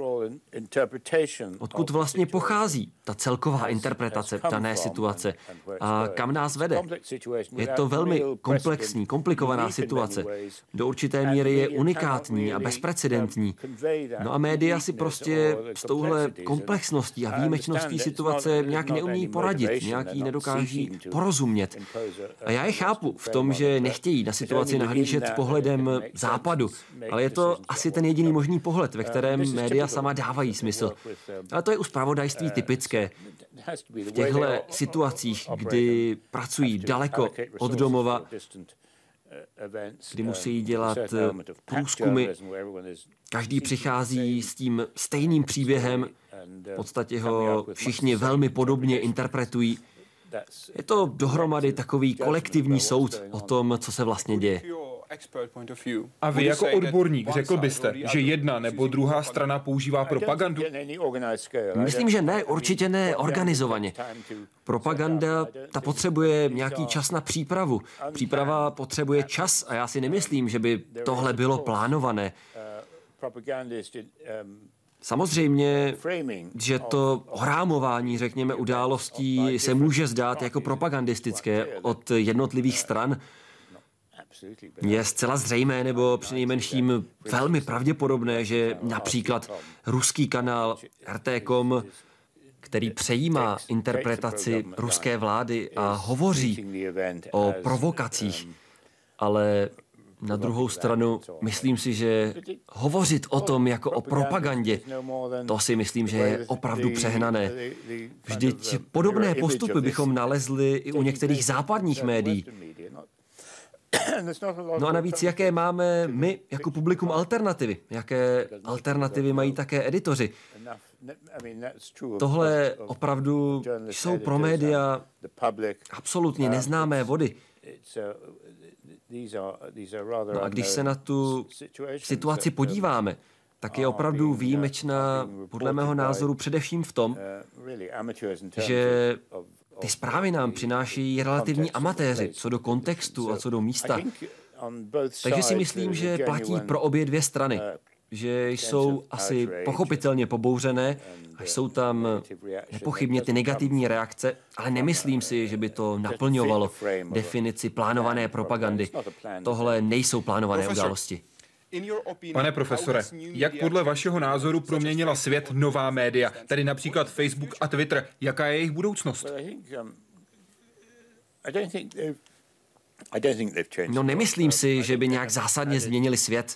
odkud vlastně pochází ta celková interpretace dané situace a kam nás vede. Je to velmi komplexní, komplikovaná situace. Do určité míry je unikátní a bezprecedentní. No a média si prostě s touhle komplexností a výjimečností situace nějak neumí poradit, nějak ji nedokáží porozumět. A já je chápu v tom, že nechtějí na situaci nahlížet pohledem západu, ale je to asi ten jediný možný pohled, ve kterém média sama dávají smysl. Ale to je u zpravodajství typické. V těchto situacích, kdy pracují daleko od domova, kdy musí dělat průzkumy, každý přichází s tím stejným příběhem, v podstatě ho všichni velmi podobně interpretují. Je to dohromady takový kolektivní soud o tom, co se vlastně děje. A vy jako odborník řekl byste, že jedna nebo druhá strana používá propagandu? Myslím, že ne, určitě ne organizovaně. Propaganda, ta potřebuje nějaký čas na přípravu. Příprava potřebuje čas a já si nemyslím, že by tohle bylo plánované. Samozřejmě, že to orámování, řekněme, událostí se může zdát jako propagandistické od jednotlivých stran. Je zcela zřejmé nebo přinejmenším velmi pravděpodobné, že například ruský kanál R T tečka com, který přejímá interpretaci ruské vlády a hovoří o provokacích, ale na druhou stranu myslím si, že hovořit o tom jako o propagandě, to si myslím, že je opravdu přehnané. Vždyť podobné postupy bychom nalezli i u některých západních médií. No a navíc, jaké máme my jako publikum alternativy? Jaké alternativy mají také editoři? Tohle opravdu jsou pro média absolutně neznámé vody. No a když se na tu situaci podíváme, tak je opravdu výjimečná, podle mého názoru, především v tom, že ty zprávy nám přináší relativní amatéři, co do kontextu a co do místa. Takže si myslím, že platí pro obě dvě strany, že jsou asi pochopitelně pobouřené a jsou tam nepochybně ty negativní reakce, ale nemyslím si, že by to naplňovalo definici plánované propagandy. Tohle nejsou plánované události. Pane profesore, jak podle vašeho názoru proměnila svět nová média, tedy například Facebook a Twitter? Jaká je jejich budoucnost? No nemyslím si, že by nějak zásadně změnili svět.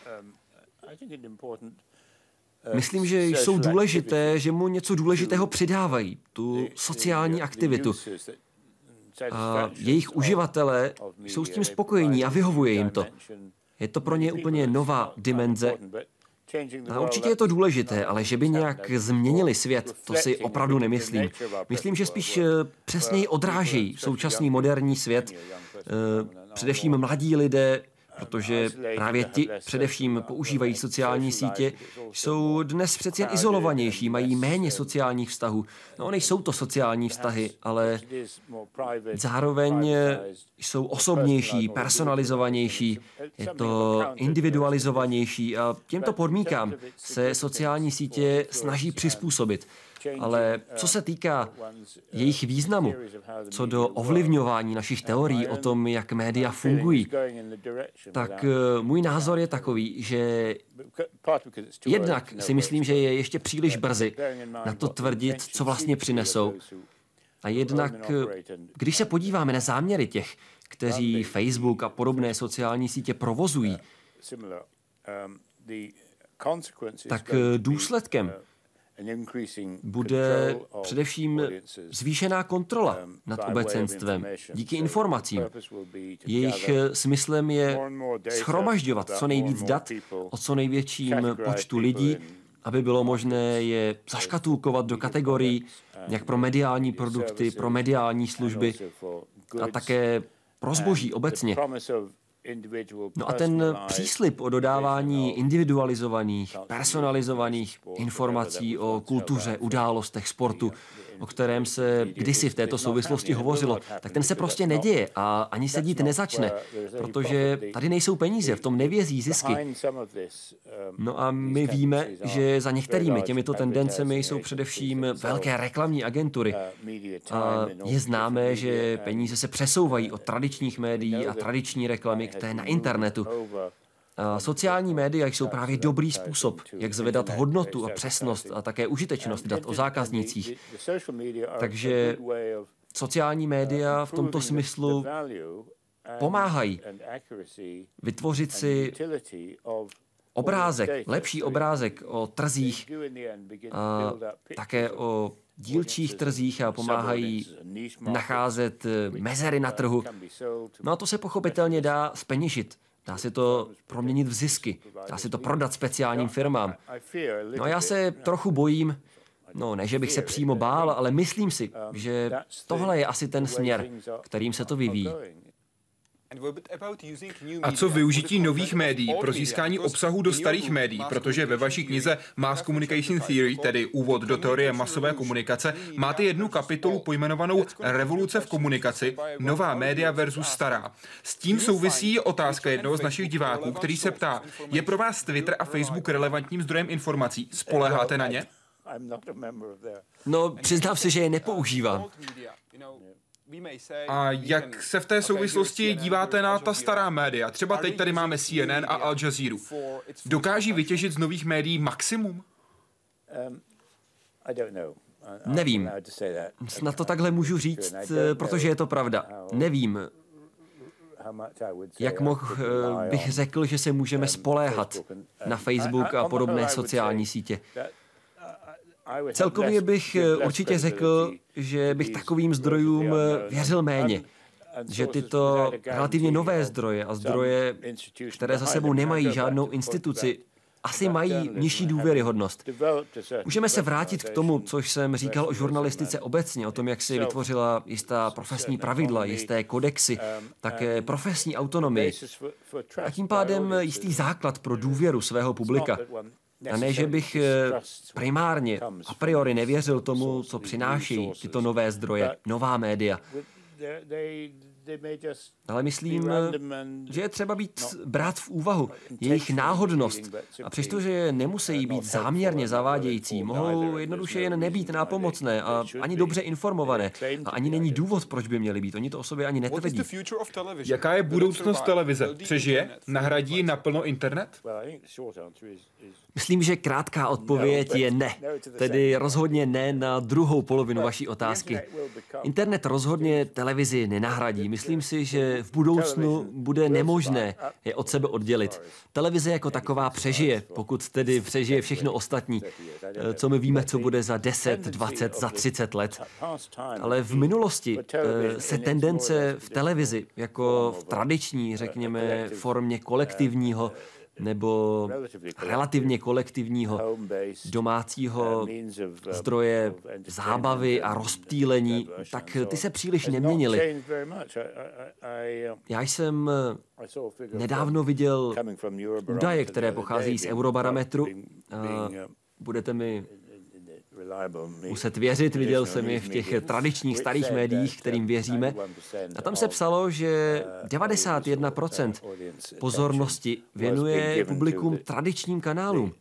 Myslím, že jsou důležité, že mu něco důležitého přidávají, tu sociální aktivitu. A jejich uživatelé jsou s tím spokojení a vyhovuje jim to. Je to pro ně úplně nová dimenze. A určitě je to důležité, ale že by nějak změnili svět, to si opravdu nemyslím. Myslím, že spíš přesněji odrážejí současný moderní svět, především mladí lidé, protože právě ti především používají sociální sítě, jsou dnes přeci jen izolovanější, mají méně sociálních vztahů. No, nejsou to sociální vztahy, ale zároveň jsou osobnější, personalizovanější, je to individualizovanější a těmto podmínkám se sociální sítě snaží přizpůsobit. Ale co se týká jejich významu, co do ovlivňování našich teorií o tom, jak média fungují, tak můj názor je takový, že jednak si myslím, že je ještě příliš brzy na to tvrdit, co vlastně přinesou. A jednak, když se podíváme na záměry těch, kteří Facebook a podobné sociální sítě provozují, tak důsledkem bude především zvýšená kontrola nad obecenstvem díky informacím. Jejich smyslem je shromažďovat co nejvíc dat o co největším počtu lidí, aby bylo možné je zaškatulkovat do kategorií, jak pro mediální produkty, pro mediální služby a také pro zboží obecně. No a ten příslib o dodávání individualizovaných, personalizovaných informací o kultuře, událostech, sportu, o kterém se kdysi v této souvislosti hovořilo, tak ten se prostě neděje a ani se dít nezačne, protože tady nejsou peníze, v tom nevězí zisky. No a my víme, že za některými těmito tendencemi jsou především velké reklamní agentury. A je známé, že peníze se přesouvají od tradičních médií a tradiční reklamy k té na internetu. A sociální média jsou právě dobrý způsob, jak zvedat hodnotu a přesnost a také užitečnost dat o zákaznicích. Takže sociální média v tomto smyslu pomáhají vytvořit si obrázek, lepší obrázek o trzích a také o dílčích trzích a pomáhají nacházet mezery na trhu. No a to se pochopitelně dá zpeněžit. Dá se to proměnit v zisky, dá se to prodat speciálním firmám. No a já se trochu bojím, no ne, že bych se přímo bál, ale myslím si, že tohle je asi ten směr, kterým se to vyvíjí. A co využití nových médií pro získání obsahu do starých médií, protože ve vaší knize Mass Communication Theory, tedy úvod do teorie masové komunikace, máte jednu kapitolu pojmenovanou Revoluce v komunikaci, nová média versus stará. S tím souvisí otázka jednoho z našich diváků, který se ptá, je pro vás Twitter a Facebook relevantním zdrojem informací? Spoléháte na ně? No, přiznám se, že je nepoužívám. A jak se v té souvislosti díváte na ta stará média? Třeba teď tady máme C N N a Al Jazeera. Dokáží vytěžit z nových médií maximum? Nevím. Snad to takhle můžu říct, protože je to pravda. Nevím. Jak mohl bych řekl, že se můžeme spoléhat na Facebook a podobné sociální sítě? Celkově bych určitě řekl, že bych takovým zdrojům věřil méně. Že tyto relativně nové zdroje a zdroje, které za sebou nemají žádnou instituci, asi mají nižší důvěryhodnost. Můžeme se vrátit k tomu, což jsem říkal o žurnalistice obecně, o tom, jak si vytvořila jistá profesní pravidla, jisté kodexy, také profesní autonomii. A tím pádem jistý základ pro důvěru svého publika. A ne, že bych primárně a priori nevěřil tomu, co přináší tyto nové zdroje, nová média. Ale myslím, že je třeba být brát v úvahu jejich náhodnost. A přestože nemusí být záměrně zavádějící, mohou jednoduše jen nebýt nápomocné a ani dobře informované. A ani není důvod, proč by měly být. Oni to o sobě ani netvrdí. Jaká je budoucnost televize? Přežije? Nahradí naplno internet? Myslím, že krátká odpověď je ne. Tedy rozhodně ne na druhou polovinu vaší otázky. Internet rozhodně televizi nenahradí. Myslím si, že v budoucnu bude nemožné je od sebe oddělit. Televize jako taková přežije, pokud tedy přežije všechno ostatní. Co my víme, co bude za deset, dvacet, za třicet let. Ale v minulosti se tendence v televizi, jako v tradiční, řekněme, formě kolektivního, nebo relativně kolektivního domácího zdroje zábavy a rozptýlení, tak ty se příliš neměnily. Já jsem nedávno viděl údaje, které pocházejí z Eurobarometru. Budete mi muset věřit, viděl jsem je v těch tradičních starých médiích, kterým věříme. A tam se psalo, že devadesát jedna procent pozornosti věnuje publikum tradičním kanálům.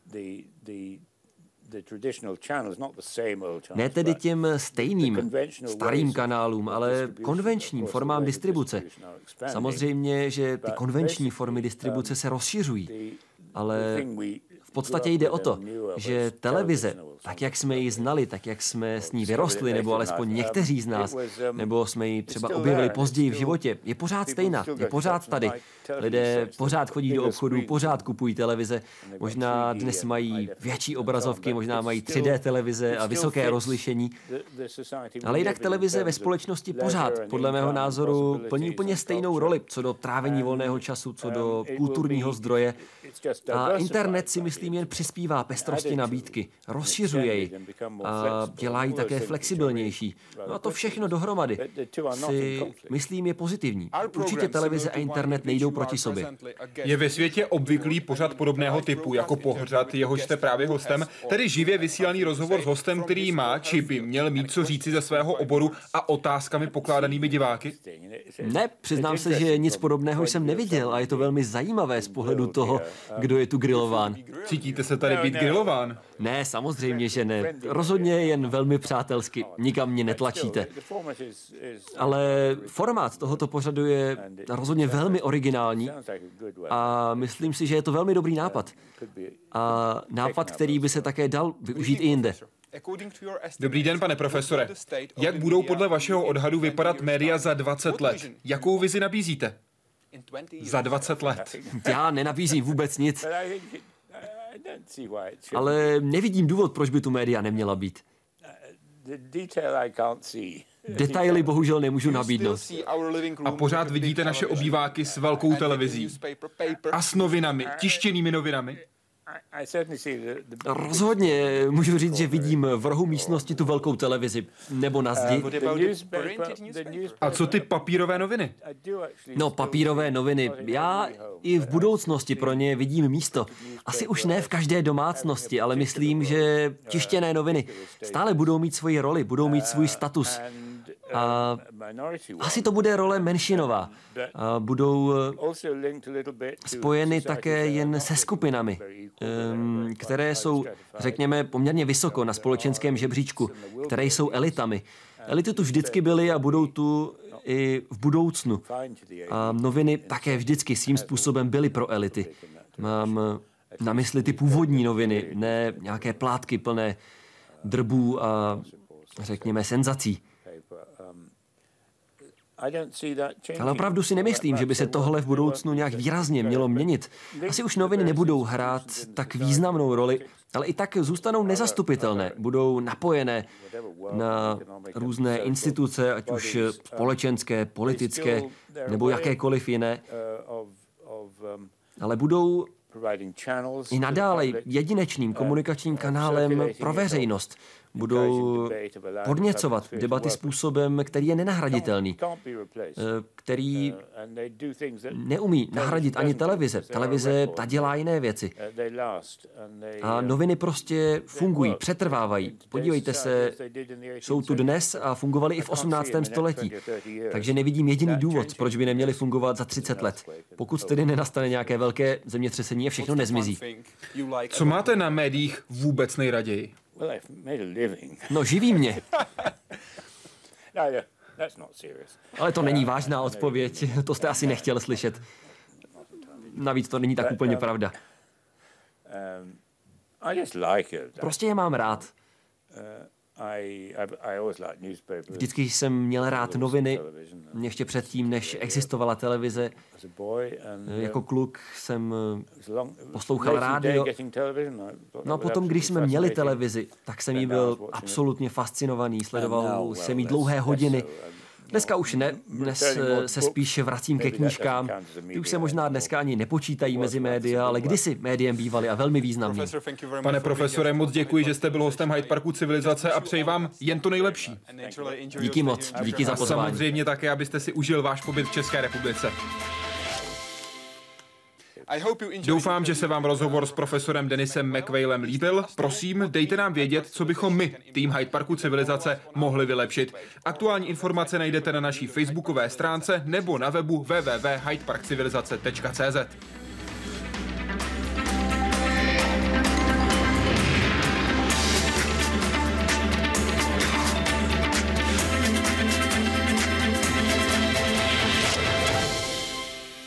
Ne tedy těm stejným starým kanálům, ale konvenčním formám distribuce. Samozřejmě, že ty konvenční formy distribuce se rozšiřují, ale v podstatě jde o to, že televize, tak jak jsme ji znali, tak jak jsme s ní vyrostli, nebo alespoň někteří z nás, nebo jsme ji třeba objevili později v životě, je pořád stejná, je pořád tady. Lidé pořád chodí do obchodů, pořád kupují televize, možná dnes mají větší obrazovky, možná mají tři dé televize a vysoké rozlišení, ale jinak televize ve společnosti pořád, podle mého názoru, plní úplně stejnou roli, co do trávení volného času, co do kulturního zdroje. A internet si myslím, myslím, jen přispívá pestrosti nabídky, rozšiřuje ji a dělá ji také flexibilnější. No a to všechno dohromady si myslím je pozitivní. Určitě televize a internet nejdou proti sobě. Je ve světě obvyklý pořad podobného typu, jako pořad, jehož jste právě hostem, tedy živě vysílaný rozhovor s hostem, který má, či by měl mít co říci ze svého oboru a otázkami pokládanými diváky? Ne, přiznám se, že nic podobného jsem neviděl a je to velmi zajímavé z pohledu toho, kdo je tu grilován. Cítíte se tady být grilován? Ne, samozřejmě, že ne. Rozhodně jen velmi přátelsky. Nikam mě netlačíte. Ale formát tohoto pořadu je rozhodně velmi originální a myslím si, že je to velmi dobrý nápad. A nápad, který by se také dal využít i jinde. Dobrý den, pane profesore. Jak budou podle vašeho odhadu vypadat média za dvacet let? Jakou vizi nabízíte? Za dvacet let. Já nenabízím vůbec nic. Ale nevidím důvod, proč by tu média neměla být. Detaily bohužel nemůžu nabídnout. A pořád vidíte naše obýváky s velkou televizí. A s novinami, tištěnými novinami. Rozhodně můžu říct, že vidím v rohu místnosti tu velkou televizi. Nebo na zdi. A co ty papírové noviny? No, papírové noviny. Já i v budoucnosti pro ně vidím místo. Asi už ne v každé domácnosti, ale myslím, že tištěné noviny stále budou mít svoji roli, budou mít svůj status. A asi to bude role menšinová. A budou spojeny také jen se skupinami, které jsou, řekněme, poměrně vysoko na společenském žebříčku, které jsou elitami. Elity tu vždycky byly a budou tu i v budoucnu. A noviny také vždycky svým způsobem byly pro elity. Mám na mysli ty původní noviny, ne nějaké plátky plné drbů a, řekněme, senzací. Ale opravdu si nemyslím, že by se tohle v budoucnu nějak výrazně mělo měnit. Asi už noviny nebudou hrát tak významnou roli, ale i tak zůstanou nezastupitelné. Budou napojené na různé instituce, ať už společenské, politické nebo jakékoliv jiné. Ale budou i nadále jedinečným komunikačním kanálem pro veřejnost. Budou podněcovat debaty způsobem, který je nenahraditelný, který neumí nahradit ani televize. Televize ta dělá jiné věci. A noviny prostě fungují, přetrvávají. Podívejte se, jsou tu dnes a fungovaly i v osmnáctém století. Takže nevidím jediný důvod, proč by neměly fungovat za třicet let. Pokud tedy nenastane nějaké velké zemětřesení a všechno nezmizí. Co máte na médiích vůbec nejraději? No, živí mě. Ale to není vážná odpověď, to jste asi nechtěl slyšet. Navíc to není tak úplně pravda. Prostě je mám rád. Vždycky jsem měl rád noviny, ještě předtím, než existovala televize. Jako kluk jsem poslouchal rádio. No a potom, když jsme měli televizi, tak jsem jí byl absolutně fascinovaný. Sledoval jsem jí dlouhé hodiny. Dneska už ne, dnes se spíš vracím ke knížkám. Ty už se možná dneska ani nepočítají mezi média, ale kdysi médiem bývaly a velmi významný. Pane profesore, moc děkuji, že jste byl hostem Hyde Parku Civilizace a přeji vám jen to nejlepší. Díky moc, díky za pozvání. Samozřejmě také, abyste si užil váš pobyt v České republice. Doufám, že se vám rozhovor s profesorem Denisem McQuailem líbil. Prosím, dejte nám vědět, co bychom my, tým Hyde Parku Civilizace, mohli vylepšit. Aktuální informace najdete na naší facebookové stránce nebo na webu w w w tečka hyde park civilizace tečka c z.